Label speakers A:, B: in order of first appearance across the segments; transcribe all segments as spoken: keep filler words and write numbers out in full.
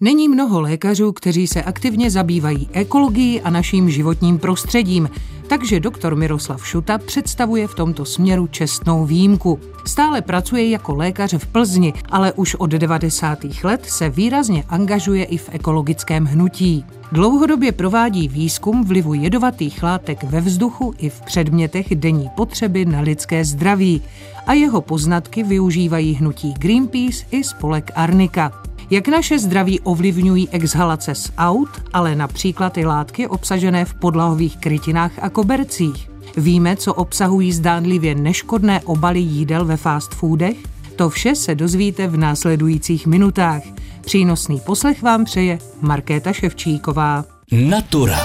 A: Není mnoho lékařů, kteří se aktivně zabývají ekologií a naším životním prostředím, takže doktor Miroslav Šuta představuje v tomto směru čestnou výjimku. Stále pracuje jako lékař v Plzni, ale už od devadesátých let se výrazně angažuje i v ekologickém hnutí. Dlouhodobě provádí výzkum vlivu jedovatých látek ve vzduchu i v předmětech denní potřeby na lidské zdraví a jeho poznatky využívají hnutí Greenpeace i spolek Arnika. Jak naše zdraví ovlivňují exhalace z aut, ale například i látky obsažené v podlahových krytinách a kobercích. Víme, co obsahují zdánlivě neškodné obaly jídel ve fast foodech? To vše se dozvíte v následujících minutách. Přínosný poslech vám přeje Markéta Ševčíková.
B: Natura.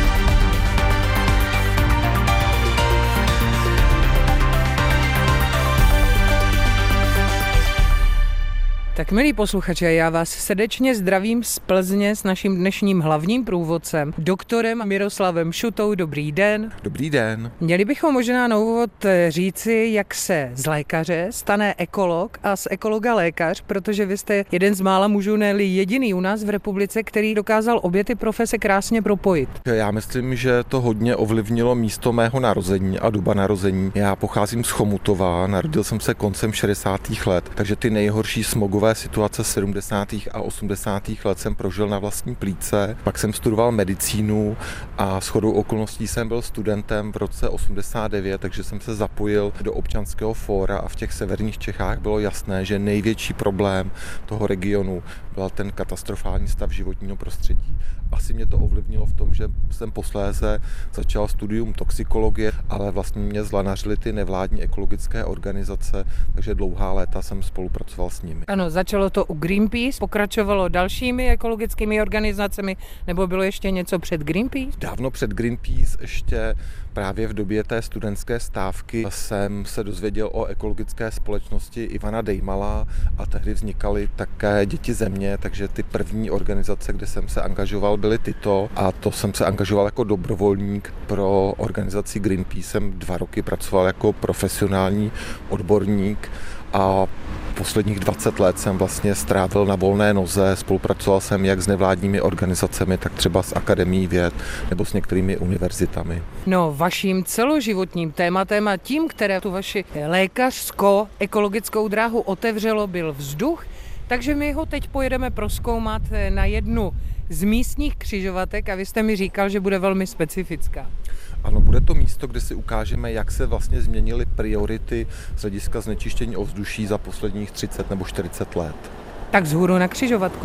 A: Tak milí posluchači, já vás srdečně zdravím z Plzně s naším dnešním hlavním průvodcem, doktorem Miroslavem Šutou. Dobrý den.
C: Dobrý den.
A: Měli bychom možná na úvod říci, jak se z lékaře stane ekolog a z ekologa lékař, protože vy jste jeden z mála mužů, ne-li jediný u nás v republice, který dokázal obě ty profese krásně propojit.
C: Já myslím, že to hodně ovlivnilo místo mého narození a doba narození. Já pocházím z Chomutova, narodil jsem se koncem šedesátých let, takže ty nejhorší smogové situace sedmdesátých a osmdesátých let jsem prožil na vlastní plíce. Pak jsem studoval medicínu a shodou okolností jsem byl studentem v roce osmdesát devět, takže jsem se zapojil do občanského fóra a v těch severních Čechách bylo jasné, že největší problém toho regionu byl ten katastrofální stav životního prostředí. Asi mě to ovlivnilo v tom, že jsem posléze začal studium toxikologie, ale vlastně mě zlanařily ty nevládní ekologické organizace, takže dlouhá léta jsem spolupracoval s nimi.
A: Ano, začalo to u Greenpeace, pokračovalo dalšími ekologickými organizacemi, nebo bylo ještě něco před Greenpeace?
C: Dávno před Greenpeace, ještě právě v době té studentské stávky, jsem se dozvěděl o ekologické společnosti Ivana Dejmala a tehdy vznikaly také Děti země, takže ty první organizace, kde jsem se angažoval, byly tyto a to jsem se angažoval jako dobrovolník pro organizaci Greenpeace. Jsem dva roky pracoval jako profesionální odborník a posledních dvacet let jsem vlastně strávil na volné noze, spolupracoval jsem jak s nevládními organizacemi, tak třeba s Akademií věd nebo s některými univerzitami.
A: No, vaším celoživotním tématem a tím, které tu vaši lékařsko-ekologickou dráhu otevřelo, byl vzduch, takže my ho teď pojedeme prozkoumat na jednu z místních křižovatek a vy jste mi říkal, že bude velmi specifická.
C: Ano, bude to místo, kde si ukážeme, jak se vlastně změnily priority z hlediska znečištění ovzduší za posledních třicet nebo čtyřicet let.
A: Tak vzhůru na křižovatku.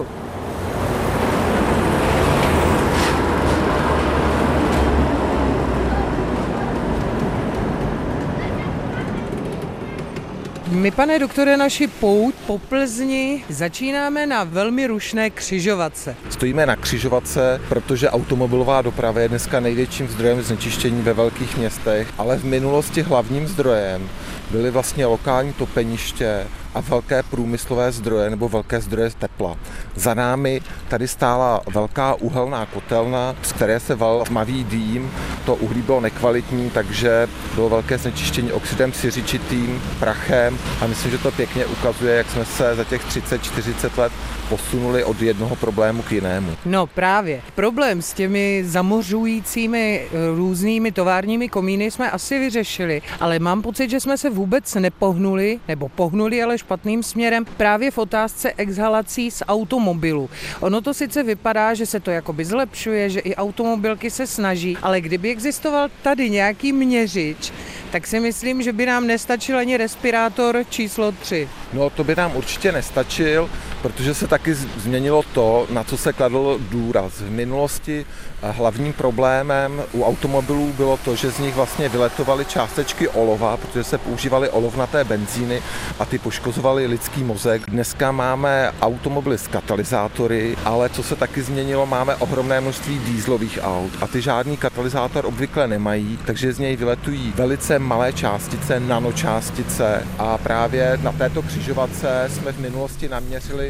A: My, pane doktore, naši pouť po Plzni začínáme na velmi rušné křižovatce.
C: Stojíme na křižovatce, protože automobilová doprava je dneska největším zdrojem znečištění ve velkých městech, ale v minulosti hlavním zdrojem byly vlastně lokální topeniště a velké průmyslové zdroje nebo velké zdroje tepla. Za námi tady stála velká uhelná kotelna, z které se valil tmavý dým. To uhlí bylo nekvalitní, takže bylo velké znečištění oxidem siřičitým, prachem a myslím, že to pěkně ukazuje, jak jsme se za těch třicet čtyřicet let posunuli od jednoho problému k jinému.
A: No právě. Problém s těmi zamořujícími různými továrními komíny jsme asi vyřešili, ale mám pocit, že jsme se vůbec nepohnuli, nebo pohnuli, ale špatným směrem právě v otázce exhalací z automobilu. Ono to sice vypadá, že se to jakoby zlepšuje, že i automobilky se snaží, ale kdyby existoval tady nějaký měřič, tak si myslím, že by nám nestačil ani respirátor číslo tři.
C: No to by nám určitě nestačil, protože se taky změnilo to, na co se kladl důraz. V minulosti hlavním problémem u automobilů bylo to, že z nich vlastně vyletovaly částečky olova, protože se používaly olovnaté benzíny a ty poškozovaly lidský mozek. Dneska máme automobily s katalyzátory, ale co se taky změnilo, máme ohromné množství dieselových aut a ty žádný katalyzátor obvykle nemají, takže z něj vyletují velice malé částice, nanočástice a právě na této křižovatce jsme v minulosti naměřili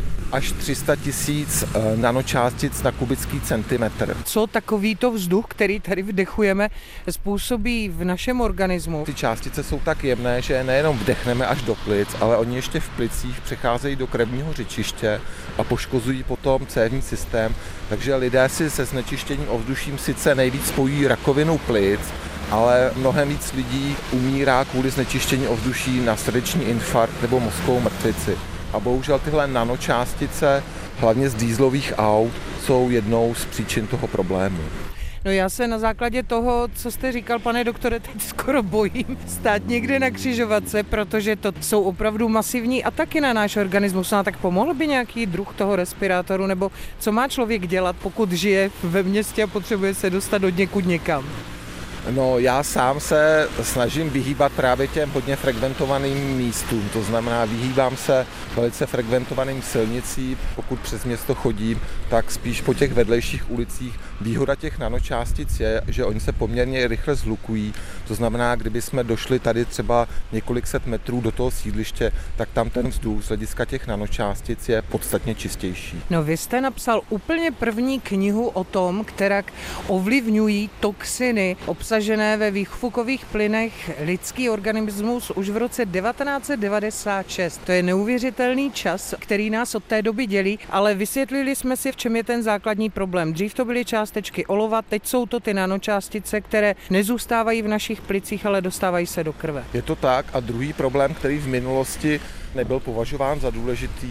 C: až tři sta tisíc nanočástic na kubický centimetr.
A: Co takovýto vzduch, který tady vdechujeme, způsobí v našem organismu?
C: Ty částice jsou tak jemné, že nejenom vdechneme až do plic, ale oni ještě v plicích přecházejí do krevního řečiště a poškozují potom cévní systém. Takže lidé si se znečištěním ovzduším sice nejvíc spojí rakovinu plic, ale mnohem víc lidí umírá kvůli znečištění ovzduší na srdeční infarkt nebo mozkovou mrtvici. A bohužel tyhle nanočástice, hlavně z dieselových aut, jsou jednou z příčin toho problému.
A: No já se na základě toho, co jste říkal, pane doktore, teď skoro bojím stát někde na křižovatce, protože to jsou opravdu masivní ataky na náš organismus. No a tak pomohl by nějaký druh toho respirátoru, nebo co má člověk dělat, pokud žije ve městě a potřebuje se dostat od někud někam?
C: No, já sám se snažím vyhýbat právě těm hodně frekventovaným místům, to znamená vyhýbám se velice frekventovaným silnicím, pokud přes město chodím, tak spíš po těch vedlejších ulicích. Výhoda těch nanočástic je, že oni se poměrně rychle zhlukují, to znamená, kdyby jsme došli tady třeba několik set metrů do toho sídliště, tak tam ten vzduch z hlediska těch nanočástic je podstatně čistější.
A: No vy jste napsal úplně první knihu o tom, která ovlivňují toxiny obsažené ve výfukových plynech lidský organismus už v roce devatenáct set devadesát šest. To je neuvěřitelný čas, který nás od té doby dělí, ale vysvětlili jsme si, v čem je ten základní problém. Dřív to byly částečky olova, teď jsou to ty nanočástice, které nezůstávají v našich plicích, ale dostávají se do krve.
C: Je to tak a druhý problém, který v minulosti nebyl považován za důležitý,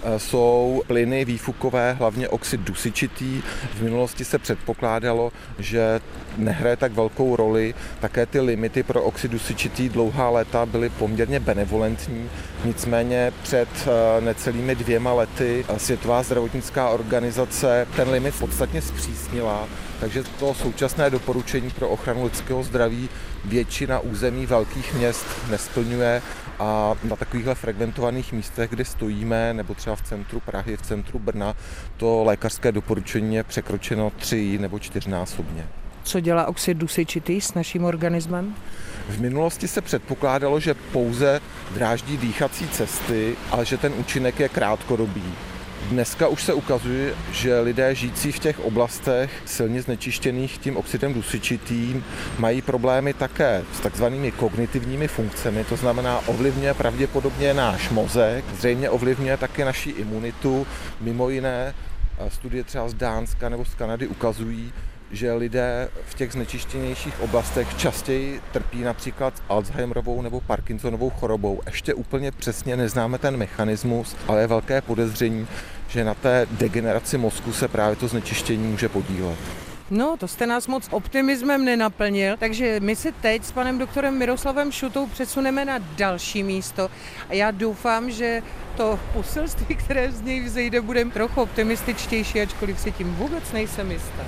C: jsou plyny výfukové, hlavně oxid dusičitý. V minulosti se předpokládalo, že nehraje tak velkou roli. Také ty limity pro oxid dusičitý dlouhá léta byly poměrně benevolentní. Nicméně před necelými dvěma lety Světová zdravotnická organizace ten limit podstatně zpřísnila, takže to současné doporučení pro ochranu lidského zdraví většina území velkých měst nesplňuje a na takovýchhle frekventovaných místech, kde stojíme, nebo třeba v centru Prahy, v centru Brna, to lékařské doporučení je překročeno tři nebo čtyřnásobně.
A: Co dělá oxid dusičitý s naším organismem?
C: V minulosti se předpokládalo, že pouze dráždí dýchací cesty, ale že ten účinek je krátkodobý. Dneska už se ukazuje, že lidé žijící v těch oblastech silně znečištěných tím oxidem dusičitým mají problémy také s takzvanými kognitivními funkcemi, to znamená ovlivňuje pravděpodobně náš mozek, zřejmě ovlivňuje také naši imunitu. Mimo jiné studie třeba z Dánska nebo z Kanady ukazují, že lidé v těch znečištěnějších oblastech častěji trpí například Alzheimerovou nebo Parkinsonovou chorobou. Ještě úplně přesně neznáme ten mechanismus, ale je velké podezření, že na té degeneraci mozku se právě to znečištění může podílet.
A: No, to jste nás moc optimismem nenaplnil, takže my se teď s panem doktorem Miroslavem Šutou přesuneme na další místo a já doufám, že to poselství, které z něj vzejde, bude trochu optimističtější, ačkoliv si tím vůbec nejsem jistá.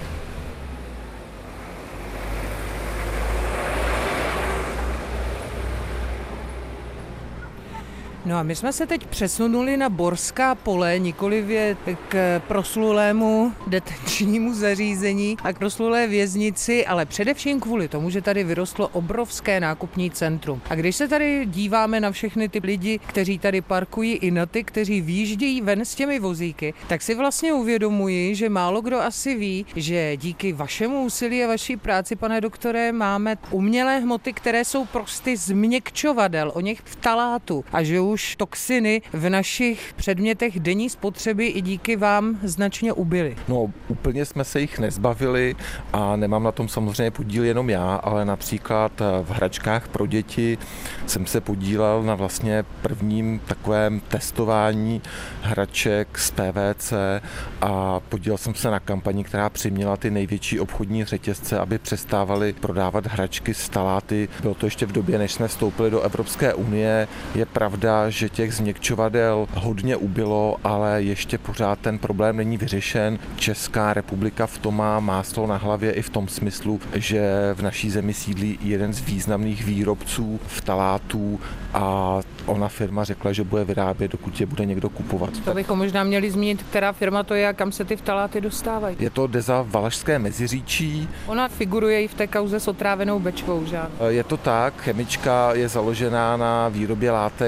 A: No a my jsme se teď přesunuli na Borská pole, nikoliv k proslulému detenčnímu zařízení a k proslulé věznici, ale především kvůli tomu, že tady vyrostlo obrovské nákupní centrum. A když se tady díváme na všechny ty lidi, kteří tady parkují, i na ty, kteří výjíždějí ven s těmi vozíky, tak si vlastně uvědomuji, že málo kdo asi ví, že díky vašemu úsilí a vaší práci, pane doktore, máme umělé hmoty, které jsou prostě změkčovadel, o nich vtalátu a že už toxiny v našich předmětech denní spotřeby i díky vám značně ubyly.
C: No, úplně jsme se jich nezbavili a nemám na tom samozřejmě podíl jenom já, ale například v hračkách pro děti jsem se podílel na vlastně prvním takovém testování hraček z P V C a podílel jsem se na kampani, která přiměla ty největší obchodní řetězce, aby přestávali prodávat hračky z ftaláty. Bylo to ještě v době, než jsme vstoupili do Evropské unie. Je pravda, že těch změkčovadel hodně ubylo, ale ještě pořád ten problém není vyřešen. Česká republika v tom má máslo na hlavě i v tom smyslu, že v naší zemi sídlí jeden z významných výrobců ftalátů a ona firma řekla, že bude vyrábět, dokud je bude někdo kupovat.
A: To bychom možná měli zmínit, která firma to je a kam se ty ftaláty dostávají.
C: Je to Deza Valašské Meziříčí.
A: Ona figuruje i v té kauze s otrávenou Bečvou, že?
C: Je to tak, chemička je založená na výrobě látek, které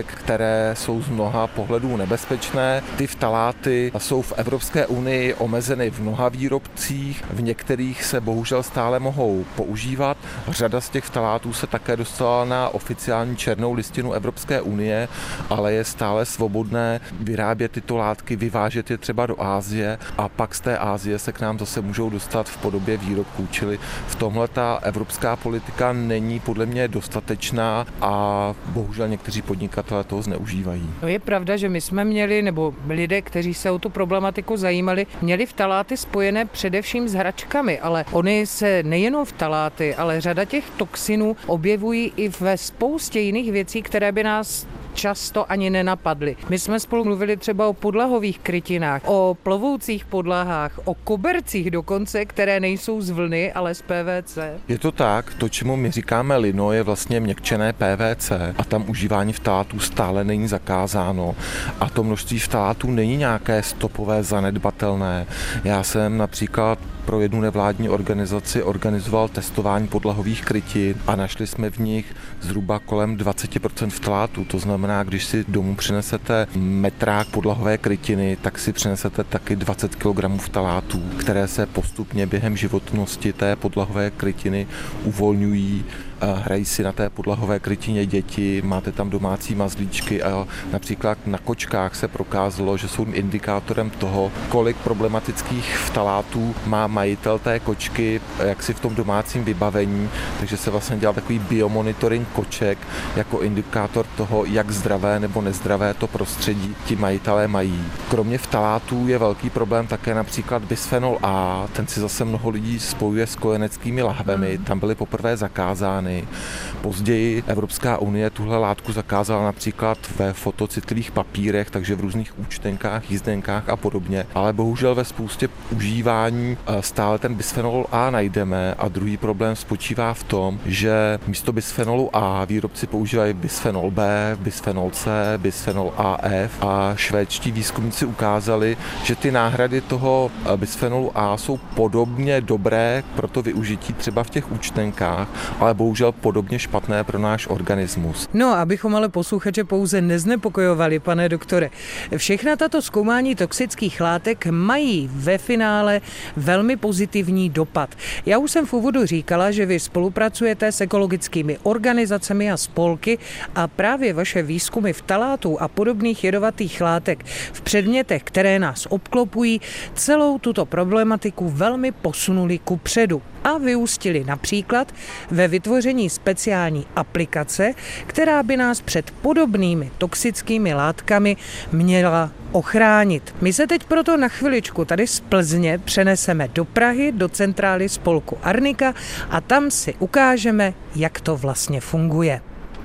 C: které jsou z mnoha pohledů nebezpečné. Ty ftaláty jsou v Evropské unii omezeny v mnoha výrobcích, v některých se bohužel stále mohou používat. Řada z těch ftalátů se také dostala na oficiální černou listinu Evropské unie, ale je stále svobodné vyrábět tyto látky, vyvážet je třeba do Asie a pak z té Asie se k nám zase můžou dostat v podobě výrobků. Čili v tomhle ta evropská politika není podle mě dostatečná a bohužel někteří podnikatelé toho zneužívají.
A: No je pravda, že my jsme měli, nebo lidé, kteří se o tu problematiku zajímali, měli ftaláty spojené především s hračkami, ale oni se nejenom ftaláty, ale řada těch toxinů objevují i ve spoustě jiných věcí, které by nás často ani nenapadly. My jsme spolu mluvili třeba o podlahových krytinách, o plovoucích podlahách, o kobercích dokonce, které nejsou z vlny, ale z P V C.
C: Je to tak, to, čemu my říkáme lino, je vlastně měkčené P V C a tam užívání ftalátů stále není zakázáno a to množství ftalátů není nějaké stopové, zanedbatelné. Já jsem například pro jednu nevládní organizaci organizoval testování podlahových krytin a našli jsme v nich zhruba kolem dvacet procent ftalátů. To znamená, když si domů přinesete metrák podlahové krytiny, tak si přinesete taky dvacet kilogramů ftalátů, které se postupně během životnosti té podlahové krytiny uvolňují. Hrají si na té podlahové krytině děti, máte tam domácí mazlíčky a například na kočkách se prokázalo, že jsou indikátorem toho, kolik problematických ftalátů má majitel té kočky, jak si v tom domácím vybavení, takže se vlastně dělal takový biomonitoring koček jako indikátor toho, jak zdravé nebo nezdravé to prostředí ti majitelé mají. Kromě ftalátů je velký problém také například bisfenol A, ten si zase mnoho lidí spojuje s kojeneckými lahvemi, tam byly poprvé zakázány. Později Evropská unie tuhle látku zakázala například ve fotocitlivých papírech, takže v různých účtenkách, jízdenkách a podobně. Ale bohužel ve spoustě užívání stále ten bisfenol A najdeme a druhý problém spočívá v tom, že místo bisfenolu A výrobci používají bisfenol B, bisfenol C, bisfenol A F a švédští výzkumníci ukázali, že ty náhrady toho bisfenolu A jsou podobně dobré pro to využití třeba v těch účtenkách, ale bohužel podobně špatné pro náš organismus.
A: No, abychom ale posluchače pouze neznepokojovali, pane doktore. Všechna tato zkoumání toxických látek mají ve finále velmi pozitivní dopad. Já už jsem v úvodu říkala, že vy spolupracujete s ekologickými organizacemi a spolky a právě vaše výzkumy ftalátů a podobných jedovatých látek v předmětech, které nás obklopují, celou tuto problematiku velmi posunuli kupředu a vyústili například ve vytvoření speciální aplikace, která by nás před podobnými toxickými látkami měla ochránit. My se teď proto na chviličku tady z Plzně přeneseme do Prahy, do centrály spolku Arnika a tam si ukážeme, jak to vlastně funguje.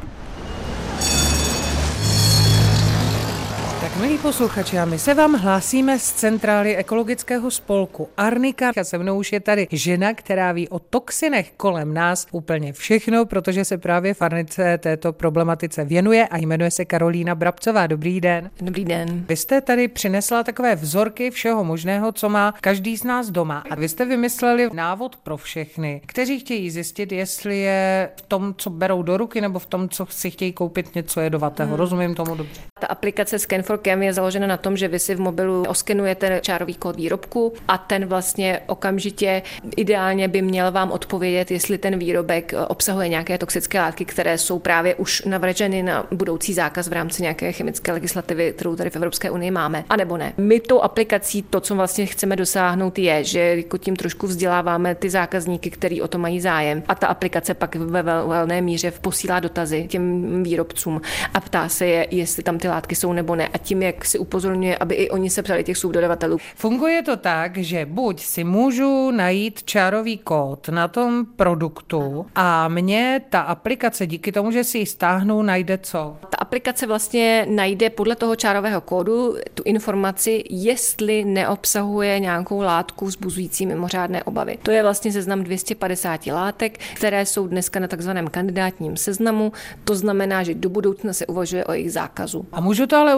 A: Milí posluchači, a my se vám hlásíme z centrály ekologického spolku Arnika. A se mnou už je tady žena, která ví o toxinech kolem nás úplně všechno, protože se právě v Arnice této problematice věnuje a jmenuje se Karolína Brabcová. Dobrý den.
B: Dobrý den.
A: Vy jste tady přinesla takové vzorky všeho možného, co má každý z nás doma. A vy jste vymysleli návod pro všechny, kteří chtějí zjistit, jestli je v tom, co berou do ruky, nebo v tom, co si chtějí koupit něco jedovatého. Hmm. Rozumím tomu dobře.
B: Ta aplikace Scan for Chem je založena na tom, že vy si v mobilu oskenujete čárový kód výrobku a ten vlastně okamžitě ideálně by měl vám odpovědět, jestli ten výrobek obsahuje nějaké toxické látky, které jsou právě už navrženy na budoucí zákaz v rámci nějaké chemické legislativy, kterou tady v Evropské unii máme, anebo ne. My tou aplikací to, co vlastně chceme dosáhnout, je, že jako tím trošku vzděláváme ty zákazníky, kteří o to mají zájem, a ta aplikace pak ve velné míře posílá dotazy těm výrobcům a ptá se je, jestli tam ty látky jsou nebo ne, a tím, jak si upozorňuje, aby i oni se ptali těch subdodavatelů.
A: Funguje to tak, že buď si můžu najít čárový kód na tom produktu a mě ta aplikace díky tomu, že si ji stáhnu, najde co?
B: Ta aplikace vlastně najde podle toho čárového kódu tu informaci, jestli neobsahuje nějakou látku vzbuzující mimořádné obavy. To je vlastně seznam dvě stě padesát látek, které jsou dneska na takzvaném kandidátním seznamu. To znamená, že do budoucna se uvažuje o jejich zákazu.
A: A můžu to ale udělat i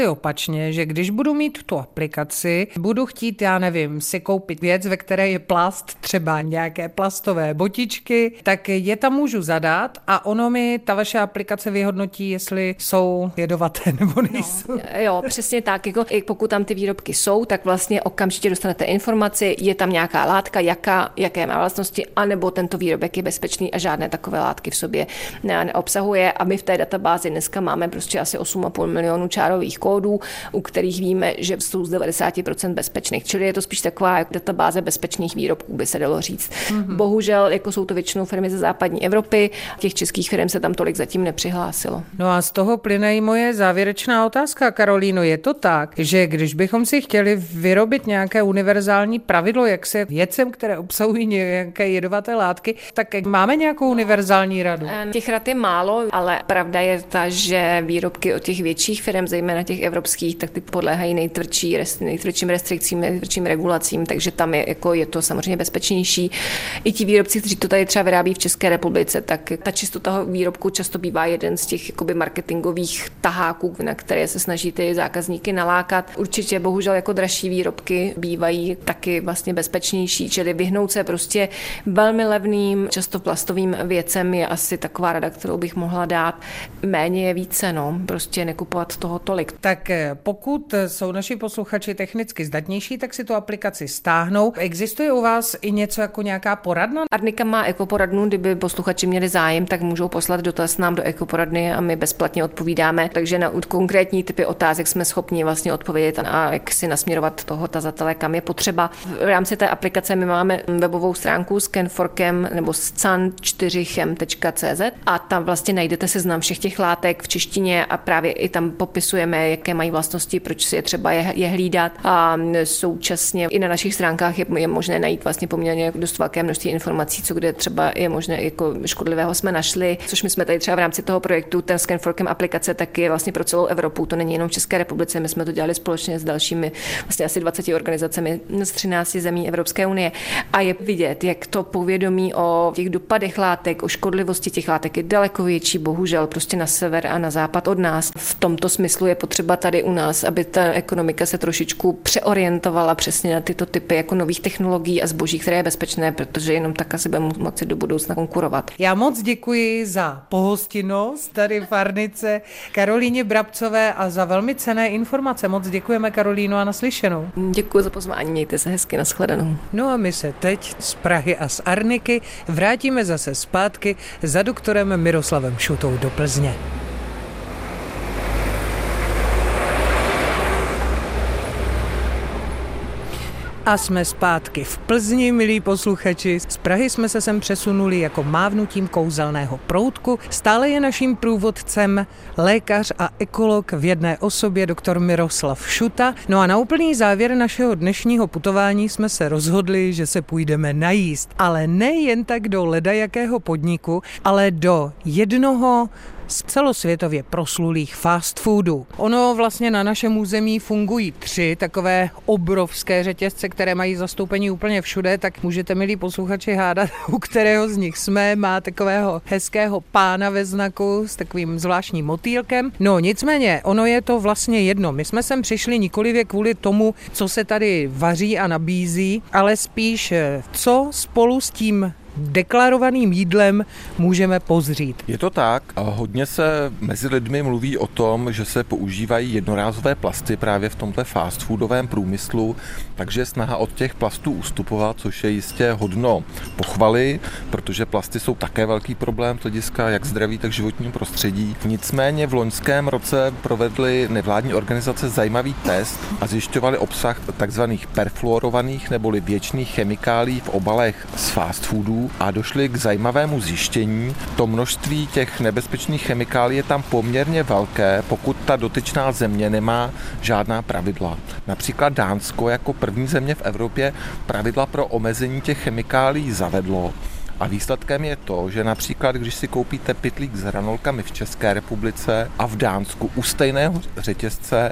A: opačně, že když budu mít tu aplikaci, budu chtít, já nevím, si koupit věc, ve které je plast, třeba nějaké plastové botičky, tak je tam můžu zadat a ono mi ta vaše aplikace vyhodnotí, jestli jsou jedovaté nebo nejsou.
B: No, jo, přesně tak. Jako, pokud tam ty výrobky jsou, tak vlastně okamžitě dostanete informaci, je tam nějaká látka, jaká, jaké má vlastnosti, anebo tento výrobek je bezpečný a žádné takové látky v sobě ne, neobsahuje. A my v té databázi dneska máme prostě asi osm a půl milionu čárových kódů, u kterých víme, že jsou z devadesát procent bezpečných. Čili je to spíš taková jako databáze bezpečných výrobků, by se dalo říct. Mm-hmm. Bohužel, jako jsou to většinou firmy ze západní Evropy, těch českých firm se tam tolik zatím nepřihlásilo.
A: No a z toho plyne i moje závěrečná otázka, Karolíno. Je to tak, že když bychom si chtěli vyrobit nějaké univerzální pravidlo, jak se věcem, které obsahují nějaké jedovaté látky, tak máme nějakou univerzální radu?
B: Těch rad je málo, ale pravda je ta, že výrobky od těch větších firm, zejména těch evropských, tak ty podléhají nejtvrdší, nejtvrdším restrikcím, nejtvrdším regulacím, takže tam je, jako je to samozřejmě bezpečnější. I ti výrobci, kteří to tady třeba vyrábí v České republice, tak ta čistota výrobku často bývá jeden z těch jakoby marketingových taháků, na které se snaží ty zákazníky nalákat. Určitě bohužel jako dražší výrobky bývají taky vlastně bezpečnější, čili vyhnout se prostě velmi levným, často plastovým věcem je asi taková rada, kterou bych mohla dát. Méně je více, no, prostě nekupovat toho tolik.
A: Tak pokud jsou naši posluchači technicky zdatnější, tak si tu aplikaci stáhnou. Existuje u vás i něco jako nějaká poradna?
B: Arnika má ekoporadnu, kdyby posluchači měli zájem, tak můžou poslat dotaz nám do ekoporadny a my bezplatně odpovídáme. Takže na konkrétní typy otázek jsme schopni vlastně odpovědět a jak si nasměrovat toho tazatele, kam je potřeba. V rámci té aplikace my máme webovou stránku scan four chem nebo scan four chem tečka cé zet a tam vlastně najdete seznam všech těch látek v češtině a právě i tam popisujeme, jaké mají vlastnosti, proč si je třeba je, je hlídat a současně i na našich stránkách je, je možné najít vlastně poměrně dost velké množství informací, co kde třeba je možné jako škodlivého jsme našli, což my jsme tady třeba v rámci toho projektu, ten scan four chem aplikace, tak je vlastně pro celou Evropu, to není jenom v České republice, my jsme to dělali společně s dalšími vlastně asi dvaceti organizacemi z třinácti zemí Evropské unie a je vidět, jak to povědomí o těch dopadech látek, o škodlivosti těch látek je daleko větší, bohužel prostě na sever a na západ od nás. V tomto smyslu je potřeba tady u nás, aby ta ekonomika se trošičku přeorientovala přesně na tyto typy jako nových technologií a zboží, které je bezpečné, protože jenom tak asi budeme moci do budoucna konkurovat.
A: Já moc děkuji za pohostinnost tady v Arnice Karolíně Brabcové a za velmi cenné informace. Moc děkujeme, Karolíno, a naslyšenou.
B: Děkuji za pozvání, mějte se hezky, nashledanou.
A: No a my se teď z Prahy a z Arniky vrátíme zase zpátky za doktorem Miroslavem Šutou do Plzně. A jsme zpátky v Plzni, milí posluchači. Z Prahy jsme se sem přesunuli jako mávnutím kouzelného proutku. Stále je naším průvodcem lékař a ekolog v jedné osobě doktor Miroslav Šuta. No a na úplný závěr našeho dnešního putování jsme se rozhodli, že se půjdeme najíst. Ale ne jen tak do ledajakého podniku, ale do jednoho z celosvětově proslulých fast foodů. Ono vlastně na našem území fungují tři takové obrovské řetězce, které mají zastoupení úplně všude, tak můžete, milí posluchači, hádat, u kterého z nich jsme. Má takového hezkého pána ve znaku s takovým zvláštním motýlkem. No nicméně, ono je to vlastně jedno. My jsme sem přišli nikoliv kvůli tomu, co se tady vaří a nabízí, ale spíš co spolu s tím deklarovaným jídlem můžeme pozřít.
C: Je to tak. Hodně se mezi lidmi mluví o tom, že se používají jednorázové plasty právě v tomto fast foodovém průmyslu, takže snaha od těch plastů ustupovat, což je jistě hodno pochvaly, protože plasty jsou také velký problém z hlediska jak zdraví, tak životního prostředí. Nicméně v loňském roce provedly nevládní organizace zajímavý test a zjišťovali obsah takzvaných perfluorovaných neboli věčných chemikálií v obalech z fast foodů a došli k zajímavému zjištění. To množství těch nebezpečných chemikálií je tam poměrně velké, pokud ta dotyčná země nemá žádná pravidla. Například Dánsko jako první země v Evropě pravidla pro omezení těch chemikálií zavedlo. A výsledkem je to, že například, když si koupíte pytlík s hranolkami v České republice a v Dánsku u stejného řetězce,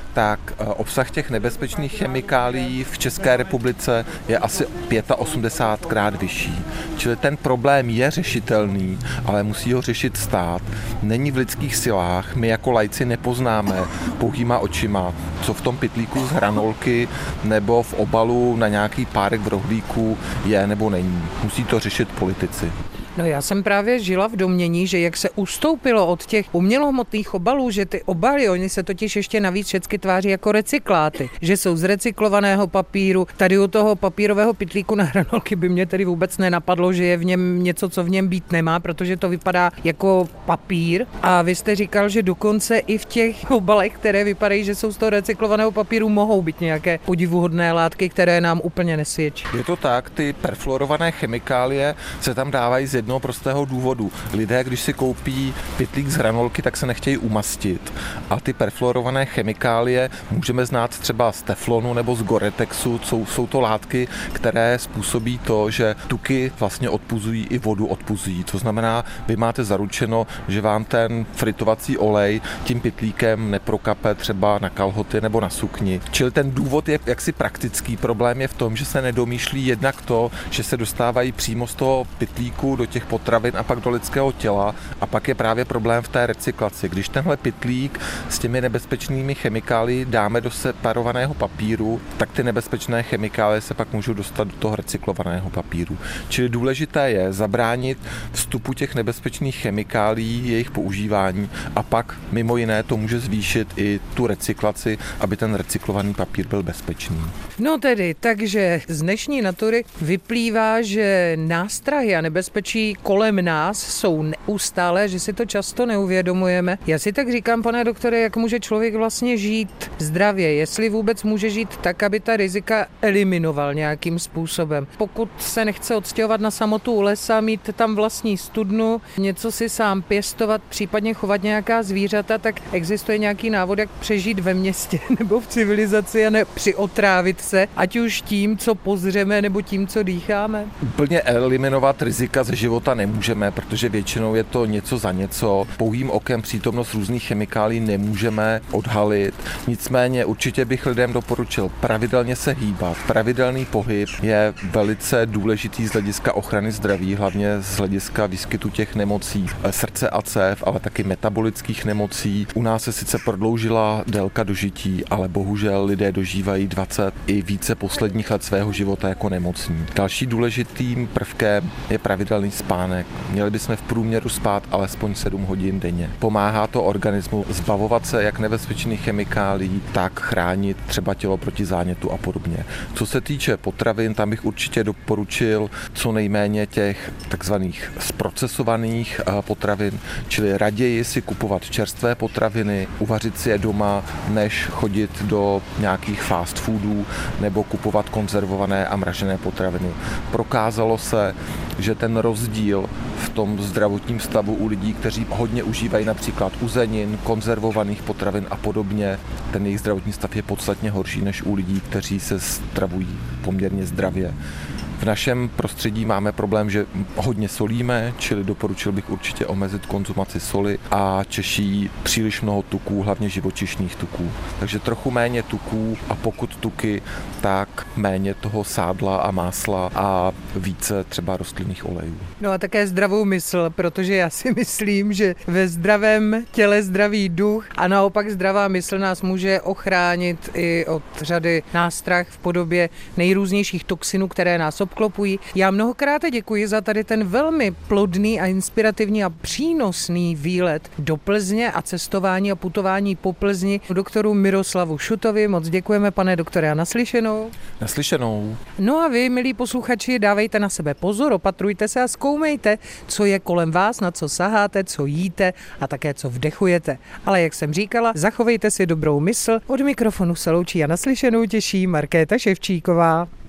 C: tak obsah těch nebezpečných chemikálií v České republice je asi osmdesátkrát vyšší. Čili ten problém je řešitelný, ale musí ho řešit stát. Není v lidských silách, my jako laici nepoznáme pouhýma očima, co v tom pytlíku z hranolky nebo v obalu na nějaký párek v rohlíku je nebo není. Musí to řešit politici.
A: No já jsem právě žila v domnění, že jak se ustoupilo od těch umělohmotných obalů, že ty obaly, oni se totiž ještě navíc všechny tváří jako recykláty, že jsou z recyklovaného papíru. Tady u toho papírového pytlíku na hranolky by mě tedy vůbec nenapadlo, že je v něm něco, co v něm být nemá, protože to vypadá jako papír. A vy jste říkal, že dokonce i v těch obalech, které vypadají, že jsou z toho recyklovaného papíru, mohou být nějaké podivuhodné látky, které nám úplně nesvědčí.
C: Je to tak, ty perfluorované chemikálie se tam dávají z jednoho prostého důvodu. Lidé, když si koupí pytlík z hranolky, tak se nechtějí umastit. A ty perfluorované chemikálie můžeme znát třeba z teflonu nebo z Goretexu. Jsou, jsou to látky, které způsobí to, že tuky vlastně odpuzují i vodu odpuzují. To znamená, vy máte zaručeno, že vám ten fritovací olej tím pytlíkem neprokape třeba na kalhoty nebo na sukni. Čili ten důvod je jaksi praktický. Problém je v tom, že se nedomýšlí jednak to, že se dostávají přímo z toho pytlíku do těch potravin a pak do lidského těla a pak je právě problém v té recyklaci. Když tenhle pytlík s těmi nebezpečnými chemikálií dáme do separovaného papíru, tak ty nebezpečné chemikálie se pak můžou dostat do toho recyklovaného papíru. Čili důležité je zabránit vstupu těch nebezpečných chemikálií, jejich používání a pak mimo jiné to může zvýšit i tu recyklaci, aby ten recyklovaný papír byl bezpečný.
A: No tedy, takže z dnešní natury vyplývá, že nástrahy a nebezpečí kolem nás jsou neustále, že si to často neuvědomujeme. Já si tak říkám, pane doktore, jak může člověk vlastně žít zdravě, jestli vůbec může žít tak, aby ta rizika eliminoval nějakým způsobem. Pokud se nechce odstěhovat na samotu u lesa, mít tam vlastní studnu, něco si sám pěstovat, případně chovat nějaká zvířata, tak existuje nějaký návod, jak přežít ve městě nebo v civilizaci a nepřiotrávit se, ať už tím, co pozřeme, nebo tím, co dýcháme?
C: Úplně eliminovat rizika ze života nemůžeme, protože většinou je to něco za něco. Pouhým okem přítomnost různých chemikálií nemůžeme odhalit. Nicméně určitě bych lidem doporučil pravidelně se hýbat. Pravidelný pohyb je velice důležitý z hlediska ochrany zdraví, hlavně z hlediska výskytu těch nemocí srdce a cév, ale taky metabolických nemocí. U nás se sice prodloužila délka dožití, ale bohužel lidé dožívají dvacet i více posledních let svého života jako nemocní. Další důležitým prvkem je pravidelný spánek. Měli bychom v průměru spát alespoň sedm hodin denně. Pomáhá to organismu zbavovat se jak nebezpečných chemikálií, tak chránit třeba tělo proti zánětu a podobně. Co se týče potravin, tam bych určitě doporučil co nejméně těch takzvaných zprocesovaných potravin, čili raději si kupovat čerstvé potraviny, uvařit si je doma, než chodit do nějakých fast foodů nebo kupovat konzervované a mražené potraviny. Prokázalo se, že ten rozdíl v tom zdravotním stavu u lidí, kteří hodně užívají například uzenin, konzervovaných potravin a podobně, ten jejich zdravotní stav je podstatně horší než u lidí, kteří se stravují poměrně zdravě. V našem prostředí máme problém, že hodně solíme, čili doporučil bych určitě omezit konzumaci soli a Češí příliš mnoho tuků, hlavně živočišných tuků. Takže trochu méně tuků a pokud tuky, tak méně toho sádla a másla a více třeba rostlinných olejů.
A: No a také zdravou mysl, protože já si myslím, že ve zdravém těle zdravý duch a naopak zdravá mysl nás může ochránit i od řady nástrah v podobě nejrůznějších toxinů, které nás obklopují. Já mnohokrát děkuji za tady ten velmi plodný a inspirativní a přínosný výlet do Plzně a cestování a putování po Plzni doktoru Miroslavu Šutovi. Moc děkujeme, pane doktore, a naslyšenou.
C: Naslyšenou.
A: No a vy, milí posluchači, dávejte na sebe pozor, opatrujte se a zkoumejte, co je kolem vás, na co saháte, co jíte a také co vdechujete. Ale jak jsem říkala, zachovejte si dobrou mysl. Od mikrofonu se loučí a naslyšenou těší Markéta Ševčíková.